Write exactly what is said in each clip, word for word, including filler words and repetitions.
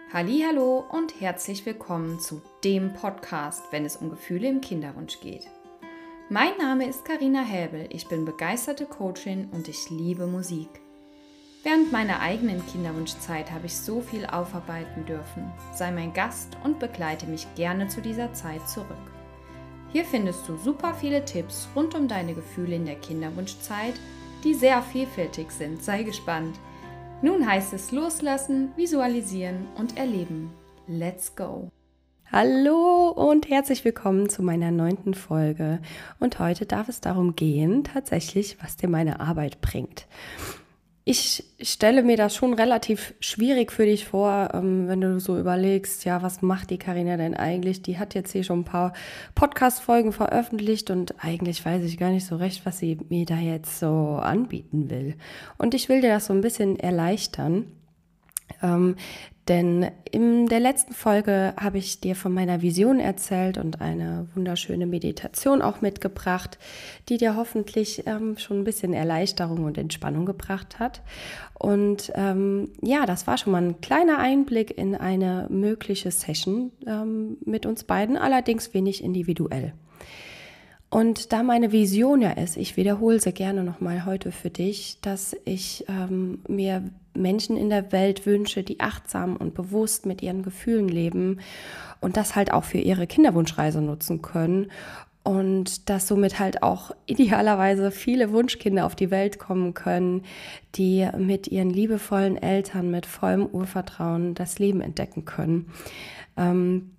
Hallihallo und herzlich willkommen zu dem Podcast, wenn es um Gefühle im Kinderwunsch geht. Mein Name ist Carina Helbel, ich bin begeisterte Coachin und ich liebe Musik. Während meiner eigenen Kinderwunschzeit habe ich so viel aufarbeiten dürfen. Sei mein Gast und begleite mich gerne zu dieser Zeit zurück. Hier findest du super viele Tipps rund um deine Gefühle in der Kinderwunschzeit, die sehr vielfältig sind. Sei gespannt. Nun heißt es loslassen, visualisieren und erleben. Let's go! Hallo und herzlich willkommen zu meiner neunten Folge. Und heute darf es darum gehen, tatsächlich, was dir meine Arbeit bringt. Ich stelle mir das schon relativ schwierig für dich vor, wenn du so überlegst, ja, was macht die Carina denn eigentlich? Die hat jetzt hier schon ein paar Podcast-Folgen veröffentlicht und eigentlich weiß ich gar nicht so recht, was sie mir da jetzt so anbieten will. Und ich will dir das so ein bisschen erleichtern. Ähm, denn in der letzten Folge habe ich dir von meiner Vision erzählt und eine wunderschöne Meditation auch mitgebracht, die dir hoffentlich ähm, schon ein bisschen Erleichterung und Entspannung gebracht hat. Und ähm, ja, das war schon mal ein kleiner Einblick in eine mögliche Session ähm, mit uns beiden, allerdings wenig individuell. Und da meine Vision ja ist, ich wiederhole sie gerne nochmal heute für dich, dass ich ähm, mir Menschen in der Welt wünsche, die achtsam und bewusst mit ihren Gefühlen leben und das halt auch für ihre Kinderwunschreise nutzen können und dass somit halt auch idealerweise viele Wunschkinder auf die Welt kommen können, die mit ihren liebevollen Eltern mit vollem Urvertrauen das Leben entdecken können. Ähm,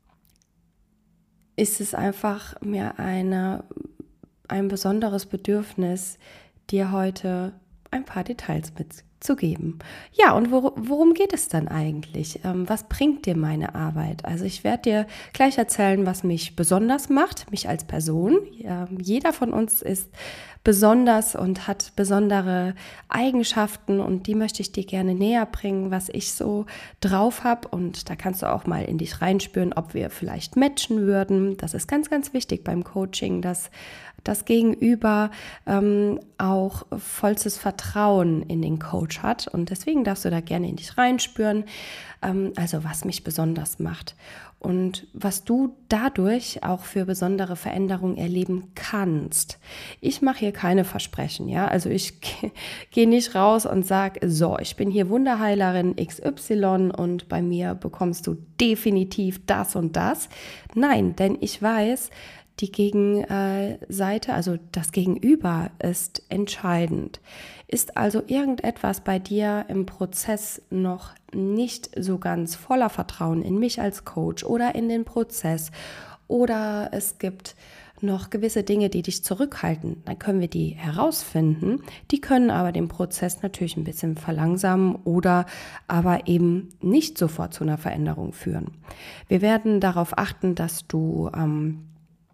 ist es einfach mir eine, ein besonderes Bedürfnis, dir heute ein paar Details mitzugeben. Ja, und wor- worum geht es dann eigentlich? Ähm, was bringt dir meine Arbeit? Also ich werde dir gleich erzählen, was mich besonders macht, mich als Person. Ähm, jeder von uns ist besonders und hat besondere Eigenschaften und die möchte ich dir gerne näher bringen, was ich so drauf habe, und da kannst du auch mal in dich reinspüren, ob wir vielleicht matchen würden. Das ist ganz, ganz wichtig beim Coaching, dass das Gegenüber ähm, auch vollstes Vertrauen in den Coach hat, und deswegen darfst du da gerne in dich reinspüren, ähm, also was mich besonders macht und was du dadurch auch für besondere Veränderungen erleben kannst. Ich mache hier keine Versprechen, ja, also ich gehe nicht raus und sage, so, ich bin hier Wunderheilerin X Y und bei mir bekommst du definitiv das und das. Nein, denn ich weiß, die Gegenseite, also das Gegenüber, ist entscheidend. Ist also irgendetwas bei dir im Prozess noch nicht so ganz voller Vertrauen in mich als Coach oder in den Prozess, oder es gibt noch gewisse Dinge, die dich zurückhalten, dann können wir die herausfinden. Die können aber den Prozess natürlich ein bisschen verlangsamen oder aber eben nicht sofort zu einer Veränderung führen. Wir werden darauf achten, dass du ähm,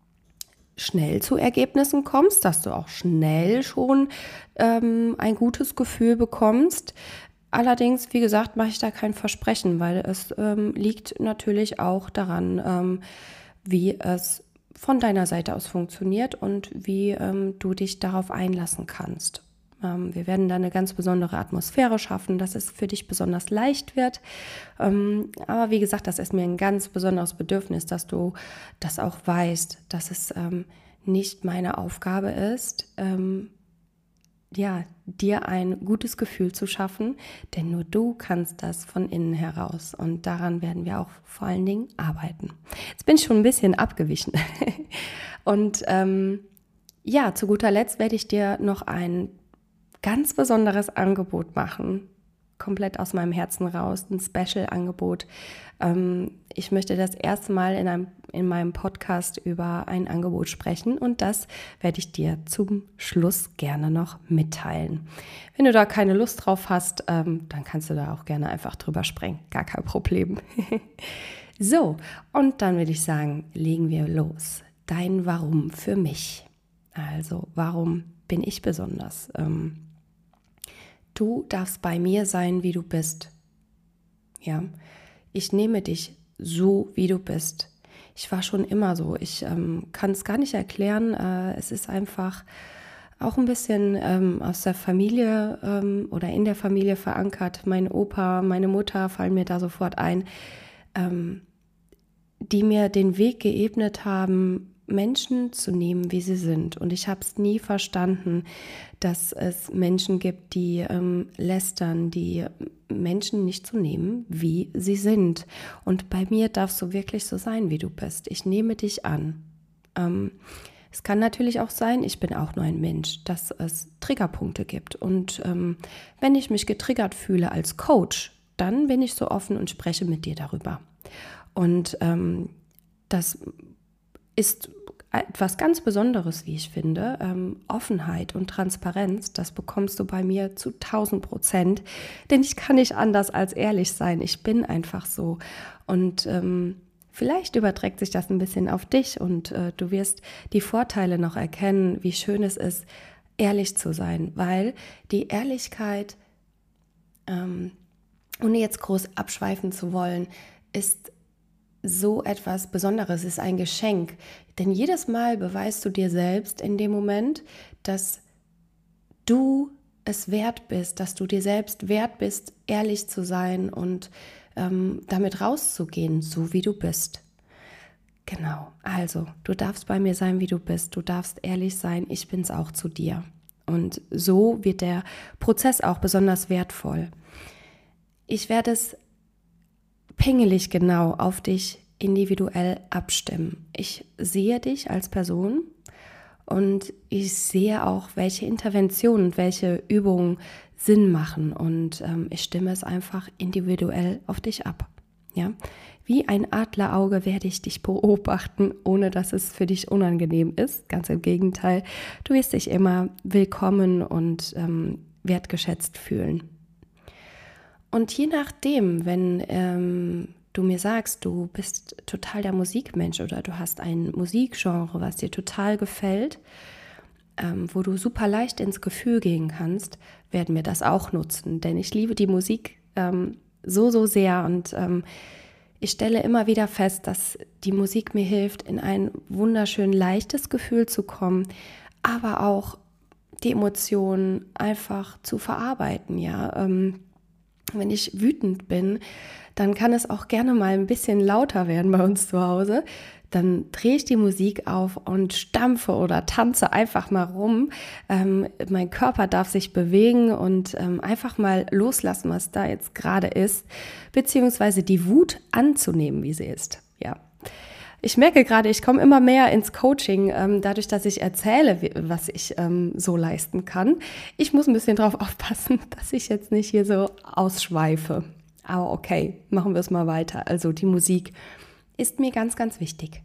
schnell zu Ergebnissen kommst, dass du auch schnell schon ähm, ein gutes Gefühl bekommst. Allerdings, wie gesagt, mache ich da kein Versprechen, weil es ähm, liegt natürlich auch daran, ähm, wie es von deiner Seite aus funktioniert und wie ähm, du dich darauf einlassen kannst. Ähm, wir werden da eine ganz besondere Atmosphäre schaffen, dass es für dich besonders leicht wird. Ähm, aber wie gesagt, das ist mir ein ganz besonderes Bedürfnis, dass du das auch weißt, dass es ähm, nicht meine Aufgabe ist, ähm, ja, dir ein gutes Gefühl zu schaffen, denn nur du kannst das von innen heraus, und daran werden wir auch vor allen Dingen arbeiten. Jetzt bin ich schon ein bisschen abgewichen und ähm, ja, zu guter Letzt werde ich dir noch ein ganz besonderes Angebot machen, komplett aus meinem Herzen raus, ein Special-Angebot. Ähm, ich möchte das erste Mal in, einem, in meinem Podcast über ein Angebot sprechen, und das werde ich dir zum Schluss gerne noch mitteilen. Wenn du da keine Lust drauf hast, ähm, dann kannst du da auch gerne einfach drüber springen, gar kein Problem. So, und dann würde ich sagen, legen wir los. Dein Warum für mich. Also, warum bin ich besonders? Ähm, Du darfst bei mir sein, wie du bist. Ja, ich nehme dich so, wie du bist. Ich war schon immer so. Ich ähm, kann es gar nicht erklären. Äh, es ist einfach auch ein bisschen ähm, aus der Familie ähm, oder in der Familie verankert. Mein Opa, meine Mutter fallen mir da sofort ein, ähm, die mir den Weg geebnet haben, Menschen zu nehmen, wie sie sind. Und ich habe es nie verstanden, dass es Menschen gibt, die ähm, lästern, die Menschen nicht zu nehmen, wie sie sind. Und bei mir darfst du wirklich so sein, wie du bist. Ich nehme dich an. Ähm, es kann natürlich auch sein, ich bin auch nur ein Mensch, dass es Triggerpunkte gibt. Und ähm, wenn ich mich getriggert fühle als Coach, dann bin ich so offen und spreche mit dir darüber. Und ähm, das ist etwas ganz Besonderes, wie ich finde. Ähm, Offenheit und Transparenz, das bekommst du bei mir zu tausend Prozent, denn ich kann nicht anders als ehrlich sein. Ich bin einfach so. Und ähm, vielleicht überträgt sich das ein bisschen auf dich und äh, du wirst die Vorteile noch erkennen, wie schön es ist, ehrlich zu sein, weil die Ehrlichkeit, ähm, ohne jetzt groß abschweifen zu wollen, ist so etwas Besonderes, ist ein Geschenk. Denn jedes Mal beweist du dir selbst in dem Moment, dass du es wert bist, dass du dir selbst wert bist, ehrlich zu sein und ähm, damit rauszugehen, so wie du bist. Genau, also du darfst bei mir sein, wie du bist. Du darfst ehrlich sein, ich bin's auch zu dir. Und so wird der Prozess auch besonders wertvoll. Ich werde es pingelig genau auf dich individuell abstimmen. Ich sehe dich als Person und ich sehe auch, welche Interventionen und welche Übungen Sinn machen und ähm, ich stimme es einfach individuell auf dich ab. Ja? Wie ein Adlerauge werde ich dich beobachten, ohne dass es für dich unangenehm ist. Ganz im Gegenteil, du wirst dich immer willkommen und ähm, wertgeschätzt fühlen. Und je nachdem, wenn ähm, du mir sagst, du bist total der Musikmensch oder du hast ein Musikgenre, was dir total gefällt, ähm, wo du super leicht ins Gefühl gehen kannst, werden wir das auch nutzen. Denn ich liebe die Musik ähm, so, so sehr und ähm, ich stelle immer wieder fest, dass die Musik mir hilft, in ein wunderschön leichtes Gefühl zu kommen, aber auch die Emotionen einfach zu verarbeiten, ja, ähm, wenn ich wütend bin, dann kann es auch gerne mal ein bisschen lauter werden bei uns zu Hause. Dann drehe ich die Musik auf und stampfe oder tanze einfach mal rum. Ähm, mein Körper darf sich bewegen und ähm, einfach mal loslassen, was da jetzt gerade ist, beziehungsweise die Wut anzunehmen, wie sie ist. Ja. Ich merke gerade, ich komme immer mehr ins Coaching, ähm, dadurch, dass ich erzähle, wie, was ich ähm, so leisten kann. Ich muss ein bisschen drauf aufpassen, dass ich jetzt nicht hier so ausschweife. Aber okay, machen wir es mal weiter. Also die Musik ist mir ganz, ganz wichtig.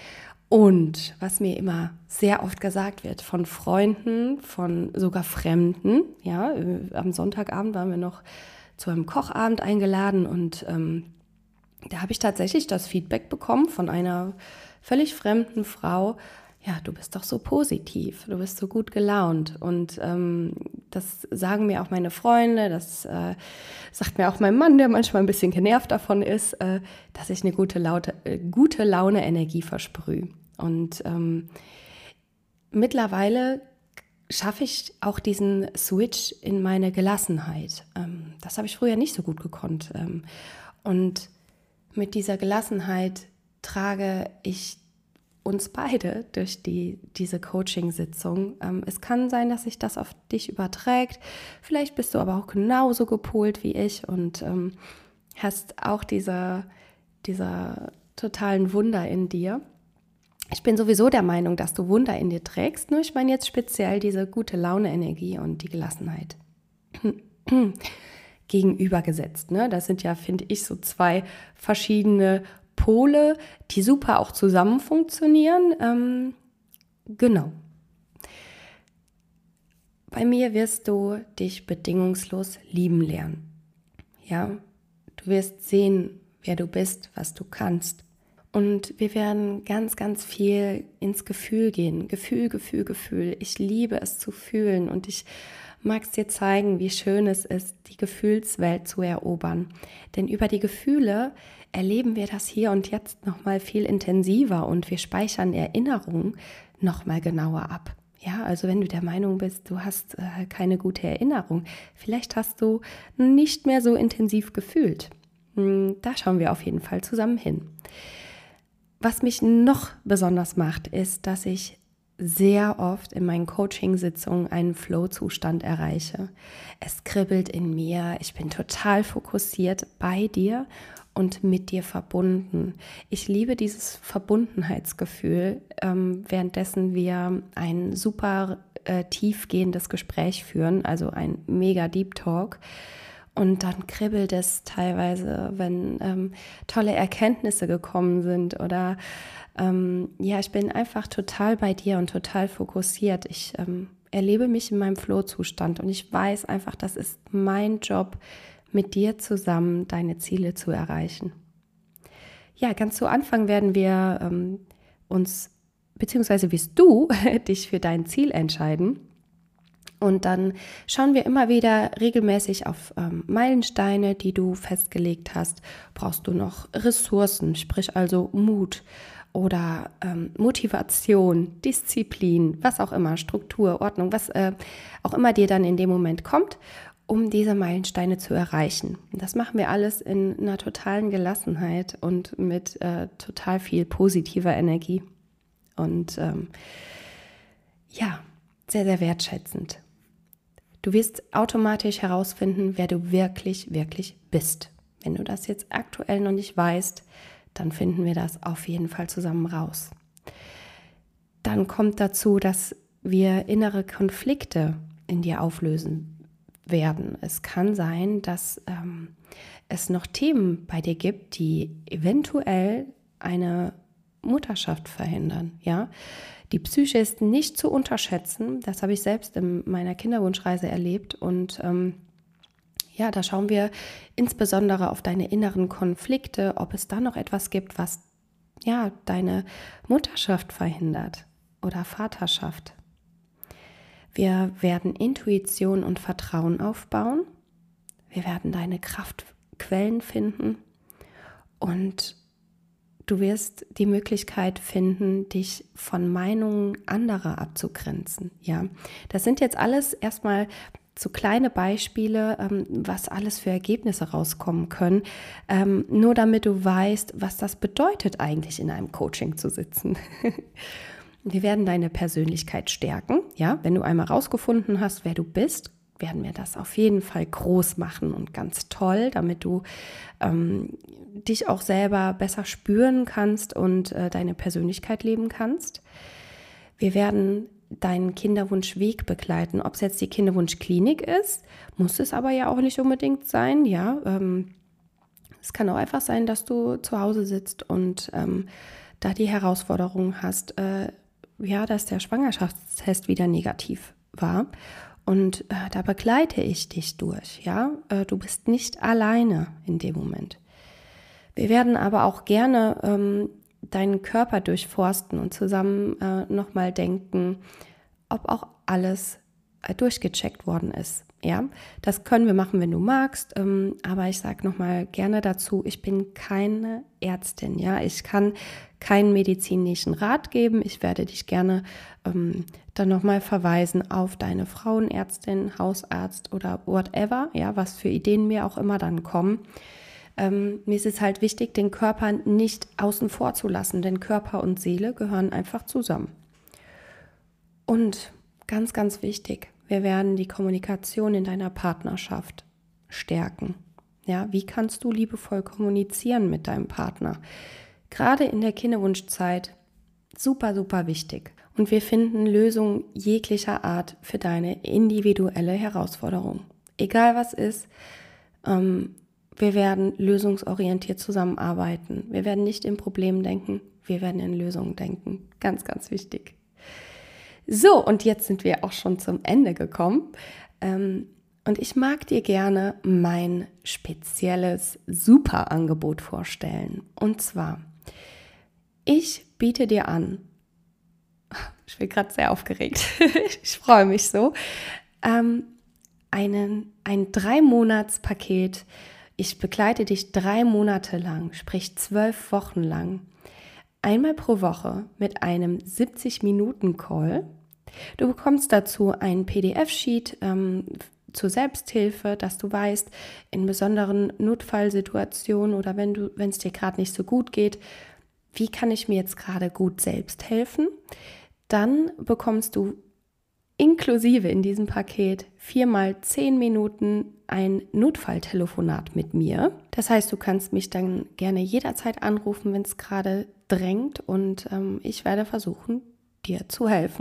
Und was mir immer sehr oft gesagt wird von Freunden, von sogar Fremden, ja, am Sonntagabend waren wir noch zu einem Kochabend eingeladen und ähm, da habe ich tatsächlich das Feedback bekommen von einer völlig fremden Frau, ja, du bist doch so positiv, du bist so gut gelaunt. Und ähm, das sagen mir auch meine Freunde, das äh, sagt mir auch mein Mann, der manchmal ein bisschen genervt davon ist, äh, dass ich eine gute, Laute, äh, gute Laune Energie versprühe. Und ähm, mittlerweile schaffe ich auch diesen Switch in meine Gelassenheit. Ähm, das habe ich früher nicht so gut gekonnt. Ähm, und mit dieser Gelassenheit trage ich uns beide durch die, diese Coaching-Sitzung. Ähm, es kann sein, dass sich das auf dich überträgt. Vielleicht bist du aber auch genauso gepolt wie ich und ähm, hast auch diese, dieser totalen Wunder in dir. Ich bin sowieso der Meinung, dass du Wunder in dir trägst, nur ich meine jetzt speziell diese gute Laune-Energie und die Gelassenheit. Gegenübergesetzt. Ne? Das sind ja, finde ich, so zwei verschiedene Pole, die super auch zusammen funktionieren. Ähm, genau. Bei mir wirst du dich bedingungslos lieben lernen. Ja, du wirst sehen, wer du bist, was du kannst. Und wir werden ganz, ganz viel ins Gefühl gehen. Gefühl, Gefühl, Gefühl. Ich liebe es zu fühlen und ich mag es dir zeigen, wie schön es ist, die Gefühlswelt zu erobern. Denn über die Gefühle erleben wir das hier und jetzt nochmal viel intensiver und wir speichern Erinnerungen nochmal genauer ab. Ja, also wenn du der Meinung bist, du hast äh, keine gute Erinnerung, vielleicht hast du nicht mehr so intensiv gefühlt. Hm, da schauen wir auf jeden Fall zusammen hin. Was mich noch besonders macht, ist, dass ich sehr oft in meinen Coaching-Sitzungen einen Flow-Zustand erreiche. Es kribbelt in mir, ich bin total fokussiert bei dir und mit dir verbunden. Ich liebe dieses Verbundenheitsgefühl, ähm, währenddessen wir ein super äh, tiefgehendes Gespräch führen, also ein mega Deep Talk. Und dann kribbelt es teilweise, wenn ähm, tolle Erkenntnisse gekommen sind oder ähm, ja, ich bin einfach total bei dir und total fokussiert. Ich ähm, erlebe mich in meinem Flow-Zustand und ich weiß einfach, das ist mein Job, mit dir zusammen deine Ziele zu erreichen. Ja, ganz zu Anfang werden wir ähm, uns, beziehungsweise wirst du dich für dein Ziel entscheiden. Und dann schauen wir immer wieder regelmäßig auf ähm, Meilensteine, die du festgelegt hast. Brauchst du noch Ressourcen, sprich also Mut oder ähm, Motivation, Disziplin, was auch immer, Struktur, Ordnung, was äh, auch immer dir dann in dem Moment kommt, um diese Meilensteine zu erreichen. Das machen wir alles in einer totalen Gelassenheit und mit äh, total viel positiver Energie. Und ähm, ja, sehr, sehr wertschätzend. Du wirst automatisch herausfinden, wer du wirklich, wirklich bist. Wenn du das jetzt aktuell noch nicht weißt, dann finden wir das auf jeden Fall zusammen raus. Dann kommt dazu, dass wir innere Konflikte in dir auflösen werden. Es kann sein, dass ähm, es noch Themen bei dir gibt, die eventuell eine Mutterschaft verhindern, ja. Die Psyche ist nicht zu unterschätzen, das habe ich selbst in meiner Kinderwunschreise erlebt und ähm, ja, da schauen wir insbesondere auf deine inneren Konflikte, ob es da noch etwas gibt, was ja deine Mutterschaft verhindert oder Vaterschaft. Wir werden Intuition und Vertrauen aufbauen, wir werden deine Kraftquellen finden und du wirst die Möglichkeit finden, dich von Meinungen anderer abzugrenzen. Ja, das sind jetzt alles erstmal so kleine Beispiele, ähm, was alles für Ergebnisse rauskommen können. Ähm, nur damit du weißt, was das bedeutet, eigentlich in einem Coaching zu sitzen. Wir werden deine Persönlichkeit stärken. Ja, wenn du einmal rausgefunden hast, wer du bist, werden wir das auf jeden Fall groß machen und ganz toll, damit du ähm, dich auch selber besser spüren kannst und äh, deine Persönlichkeit leben kannst. Wir werden deinen Kinderwunschweg begleiten. Ob es jetzt die Kinderwunschklinik ist, muss es aber ja auch nicht unbedingt sein. Ja, ähm, es kann auch einfach sein, dass du zu Hause sitzt und ähm, da die Herausforderung hast, äh, ja, dass der Schwangerschaftstest wieder negativ war. Und äh, da begleite ich dich durch, ja. Äh, du bist nicht alleine in dem Moment. Wir werden aber auch gerne ähm, deinen Körper durchforsten und zusammen äh, nochmal denken, ob auch alles äh, durchgecheckt worden ist. Ja, das können wir machen, wenn du magst, ähm, aber ich sage nochmal gerne dazu, ich bin keine Ärztin, ja, ich kann keinen medizinischen Rat geben, ich werde dich gerne ähm, dann nochmal verweisen auf deine Frauenärztin, Hausarzt oder whatever, ja, was für Ideen mir auch immer dann kommen. Ähm, mir ist es halt wichtig, den Körper nicht außen vor zu lassen, denn Körper und Seele gehören einfach zusammen. Und ganz, ganz wichtig, wir werden die Kommunikation in deiner Partnerschaft stärken. Ja, wie kannst du liebevoll kommunizieren mit deinem Partner? Gerade in der Kinderwunschzeit super, super wichtig. Und wir finden Lösungen jeglicher Art für deine individuelle Herausforderung. Egal was ist, ähm, wir werden lösungsorientiert zusammenarbeiten. Wir werden nicht in Problemen denken, wir werden in Lösungen denken. Ganz, ganz wichtig. So, und jetzt sind wir auch schon zum Ende gekommen. Ähm, und ich mag dir gerne mein spezielles Superangebot vorstellen. Und zwar, ich biete dir an, ich bin gerade sehr aufgeregt, ich freue mich so, ähm, einen, ein Drei-Monats-Paket. Ich begleite dich drei Monate lang, sprich zwölf Wochen lang, einmal pro Woche mit einem siebzig Minuten Call, Du bekommst dazu ein P D F-Sheet ähm, zur Selbsthilfe, dass du weißt, in besonderen Notfallsituationen oder wenn du, wenn es dir gerade nicht so gut geht, wie kann ich mir jetzt gerade gut selbst helfen? Dann bekommst du inklusive in diesem Paket viermal zehn Minuten ein Notfalltelefonat mit mir. Das heißt, du kannst mich dann gerne jederzeit anrufen, wenn es gerade drängt und ähm, ich werde versuchen, dir zu helfen.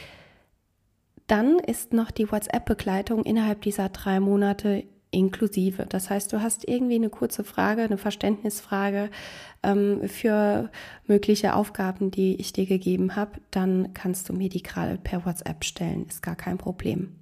Dann ist noch die WhatsApp-Begleitung innerhalb dieser drei Monate inklusive. Das heißt, du hast irgendwie eine kurze Frage, eine Verständnisfrage ähm, für mögliche Aufgaben, die ich dir gegeben habe, dann kannst du mir die gerade per WhatsApp stellen, ist gar kein Problem.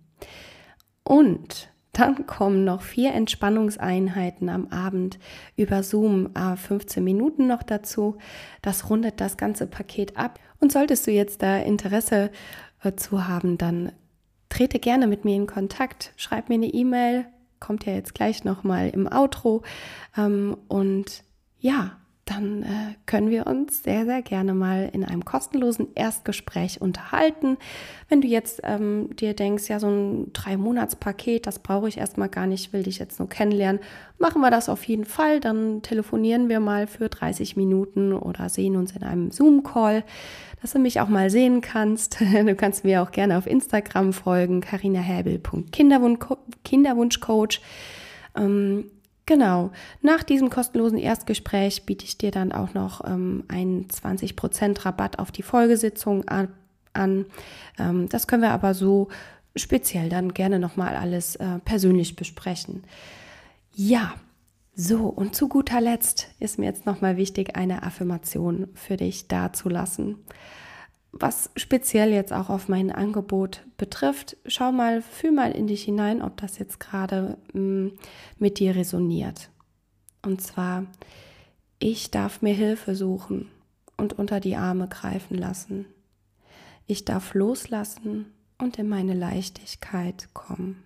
Und dann kommen noch vier Entspannungseinheiten am Abend über Zoom, äh, fünfzehn Minuten noch dazu. Das rundet das ganze Paket ab. Und solltest du jetzt da Interesse äh, zu haben, dann trete gerne mit mir in Kontakt, schreib mir eine E-Mail, kommt ja jetzt gleich nochmal im Outro. Ähm, und ja, dann äh, können wir uns sehr, sehr gerne mal in einem kostenlosen Erstgespräch unterhalten. Wenn du jetzt ähm, dir denkst, ja, so ein Drei-Monats-Paket, das brauche ich erstmal gar nicht, will dich jetzt nur kennenlernen, machen wir das auf jeden Fall. Dann telefonieren wir mal für dreißig Minuten oder sehen uns in einem Zoom-Call, dass du mich auch mal sehen kannst. Du kannst mir auch gerne auf Instagram folgen, carina häbel punkt kinderwunschcoach. Ähm, Genau, nach diesem kostenlosen Erstgespräch biete ich dir dann auch noch ähm, einen zwanzig Prozent Rabatt auf die Folgesitzung an. an. Ähm, das können wir aber so speziell dann gerne nochmal alles äh, persönlich besprechen. Ja, so und zu guter Letzt ist mir jetzt nochmal wichtig, eine Affirmation für dich dazulassen. Was speziell jetzt auch auf mein Angebot betrifft, schau mal, fühl mal in dich hinein, ob das jetzt gerade mh, mit dir resoniert. Und zwar, ich darf mir Hilfe suchen und unter die Arme greifen lassen. Ich darf loslassen und in meine Leichtigkeit kommen.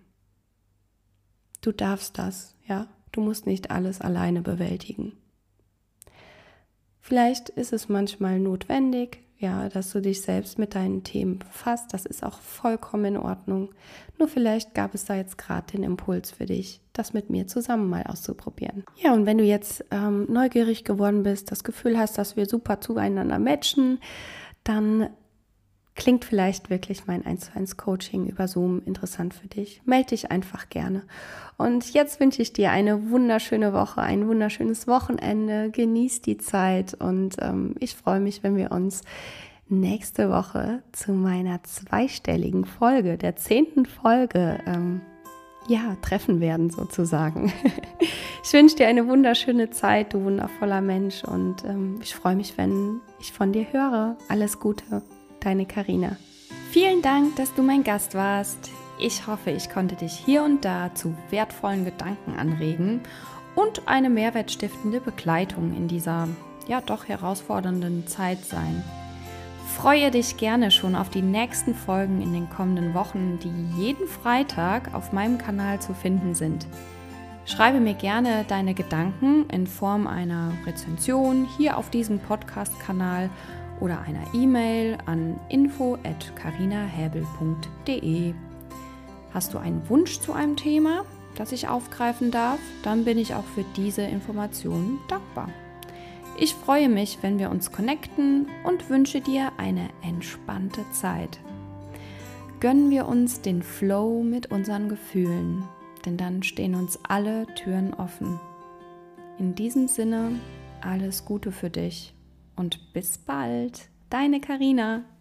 Du darfst das, ja, du musst nicht alles alleine bewältigen. Vielleicht ist es manchmal notwendig, ja, dass du dich selbst mit deinen Themen befasst. Das ist auch vollkommen in Ordnung. Nur vielleicht gab es da jetzt gerade den Impuls für dich, das mit mir zusammen mal auszuprobieren. Ja, und wenn du jetzt ähm, neugierig geworden bist, das Gefühl hast, dass wir super zueinander matchen, dann klingt vielleicht wirklich mein eins zu eins Coaching über Zoom interessant für dich. Melde dich einfach gerne. Und jetzt wünsche ich dir eine wunderschöne Woche, ein wunderschönes Wochenende. Genieß die Zeit und ähm, ich freue mich, wenn wir uns nächste Woche zu meiner zweistelligen Folge, der zehnten Folge, ähm, ja, treffen werden sozusagen. Ich wünsche dir eine wunderschöne Zeit, du wundervoller Mensch, und ähm, ich freue mich, wenn ich von dir höre. Alles Gute. Deine Carina. Vielen Dank, dass du mein Gast warst. Ich hoffe, ich konnte dich hier und da zu wertvollen Gedanken anregen und eine mehrwertstiftende Begleitung in dieser ja doch herausfordernden Zeit sein. Freue dich gerne schon auf die nächsten Folgen in den kommenden Wochen, die jeden Freitag auf meinem Kanal zu finden sind. Schreibe mir gerne deine Gedanken in Form einer Rezension hier auf diesem Podcast-Kanal oder einer E-Mail an info at carina häbel punkt de. Hast du einen Wunsch zu einem Thema, das ich aufgreifen darf, dann bin ich auch für diese Informationen dankbar. Ich freue mich, wenn wir uns connecten und wünsche dir eine entspannte Zeit. Gönnen wir uns den Flow mit unseren Gefühlen, denn dann stehen uns alle Türen offen. In diesem Sinne, alles Gute für dich. Und bis bald, deine Carina.